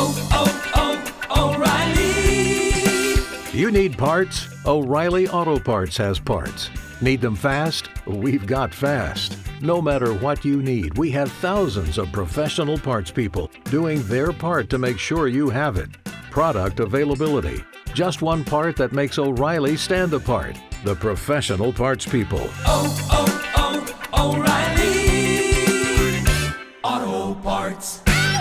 O'Reilly. You need parts? O'Reilly Auto Parts has parts. Need them fast? We've got fast. No matter what you need, we have thousands of professional parts people doing their part to make sure you have it. Product availability. Just one part that makes O'Reilly stand apart. The professional parts people. O'Reilly Auto Parts.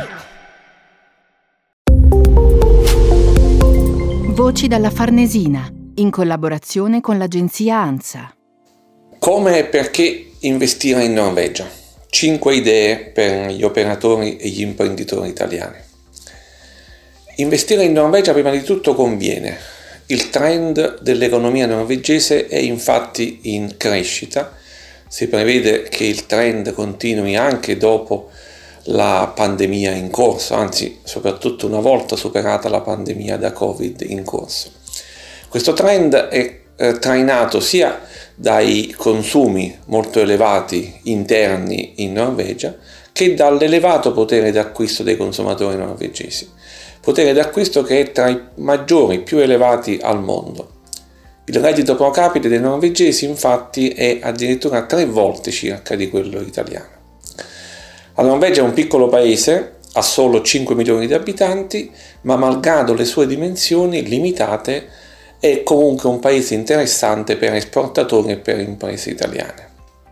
Voci dalla Farnesina, in collaborazione con l'agenzia ANSA. Come e perché investire in Norvegia? 5 idee per gli operatori e gli imprenditori italiani. Investire in Norvegia prima di tutto conviene. Il trend dell'economia norvegese è infatti in crescita. Si prevede che il trend continui anche dopo la pandemia in corso, anzi soprattutto una volta superata la pandemia da Covid in corso. Questo trend è trainato sia dai consumi molto elevati interni in Norvegia che dall'elevato potere d'acquisto dei consumatori norvegesi, potere d'acquisto che è tra i maggiori, più elevati al mondo. Il reddito pro capite dei norvegesi infatti è addirittura 3 volte circa di quello italiano. La Norvegia è un piccolo paese, ha solo 5 milioni di abitanti, ma malgrado le sue dimensioni limitate è comunque un paese interessante per esportatori e per imprese italiane.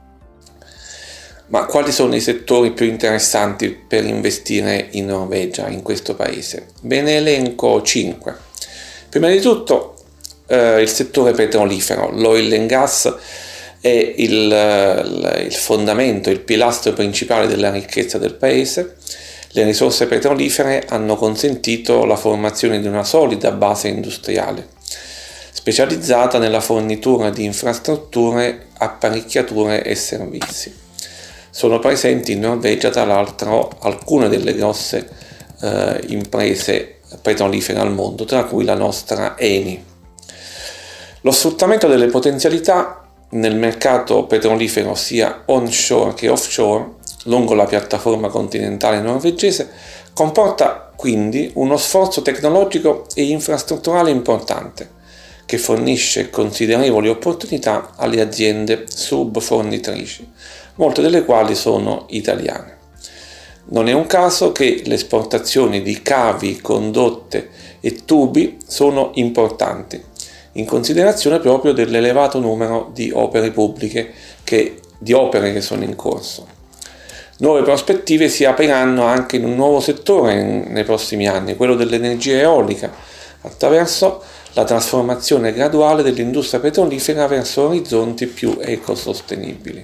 Ma quali sono i settori più interessanti per investire in Norvegia, in questo paese? Ve ne elenco 5. Prima di tutto il settore petrolifero. L'oil and gas è il fondamento, il pilastro principale della ricchezza del paese. Le risorse petrolifere hanno consentito la formazione di una solida base industriale, specializzata nella fornitura di infrastrutture, apparecchiature e servizi. Sono presenti in Norvegia, tra l'altro, alcune delle grosse imprese petrolifere al mondo, tra cui la nostra Eni. Lo sfruttamento delle potenzialità nel mercato petrolifero sia onshore che offshore lungo la piattaforma continentale norvegese comporta quindi uno sforzo tecnologico e infrastrutturale importante che fornisce considerevoli opportunità alle aziende subfornitrici, molte delle quali sono italiane. Non è un caso che le esportazioni di cavi, condotte e tubi sono importanti, in considerazione proprio dell'elevato numero di opere pubbliche che sono in corso. Nuove prospettive si apriranno anche in un nuovo settore nei prossimi anni, quello dell'energia eolica, attraverso la trasformazione graduale dell'industria petrolifera verso orizzonti più ecosostenibili.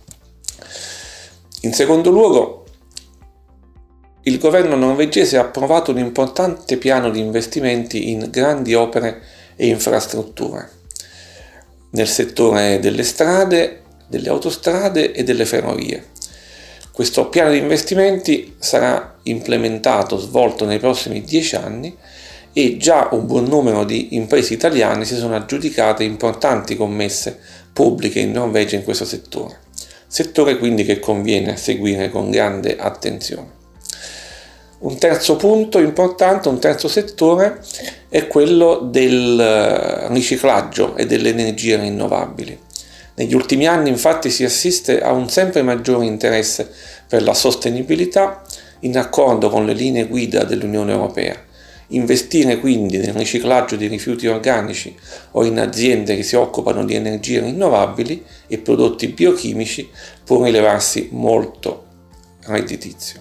In secondo luogo, il governo norvegese ha approvato un importante piano di investimenti in grandi opere e infrastrutture nel settore delle strade, delle autostrade e delle ferrovie. Questo piano di investimenti sarà implementato, svolto nei prossimi 10 anni e già un buon numero di imprese italiane si sono aggiudicate importanti commesse pubbliche in Norvegia in questo settore quindi che conviene seguire con grande attenzione. Un terzo punto importante, un terzo settore è quello del riciclaggio e delle energie rinnovabili. Negli ultimi anni infatti si assiste a un sempre maggiore interesse per la sostenibilità in accordo con le linee guida dell'Unione Europea. Investire quindi nel riciclaggio di rifiuti organici o in aziende che si occupano di energie rinnovabili e prodotti biochimici può rilevarsi molto redditizio.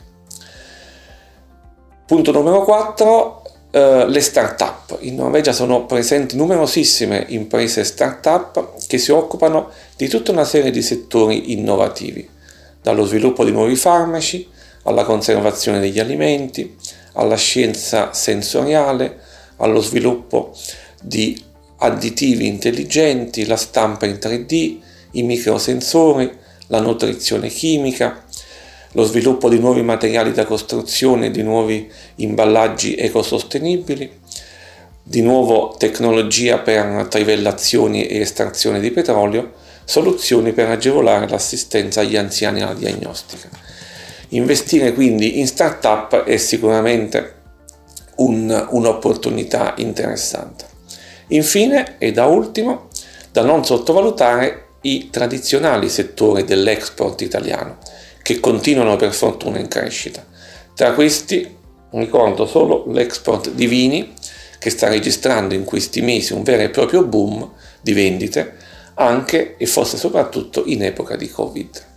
Punto numero 4, le start-up. In Norvegia sono presenti numerosissime imprese start-up che si occupano di tutta una serie di settori innovativi, dallo sviluppo di nuovi farmaci, alla conservazione degli alimenti, alla scienza sensoriale, allo sviluppo di additivi intelligenti, la stampa in 3D, i microsensori, la nutrizione chimica, lo sviluppo di nuovi materiali da costruzione, di nuovi imballaggi ecosostenibili, di nuovo tecnologia per trivellazioni e estrazione di petrolio, soluzioni per agevolare l'assistenza agli anziani alla diagnostica. Investire quindi in start-up è sicuramente un'opportunità interessante. Infine e da ultimo, da non sottovalutare i tradizionali settori dell'export italiano, che continuano per fortuna in crescita. Tra questi ricordo solo l'export di vini, che sta registrando in questi mesi un vero e proprio boom di vendite, anche e forse soprattutto in epoca di Covid.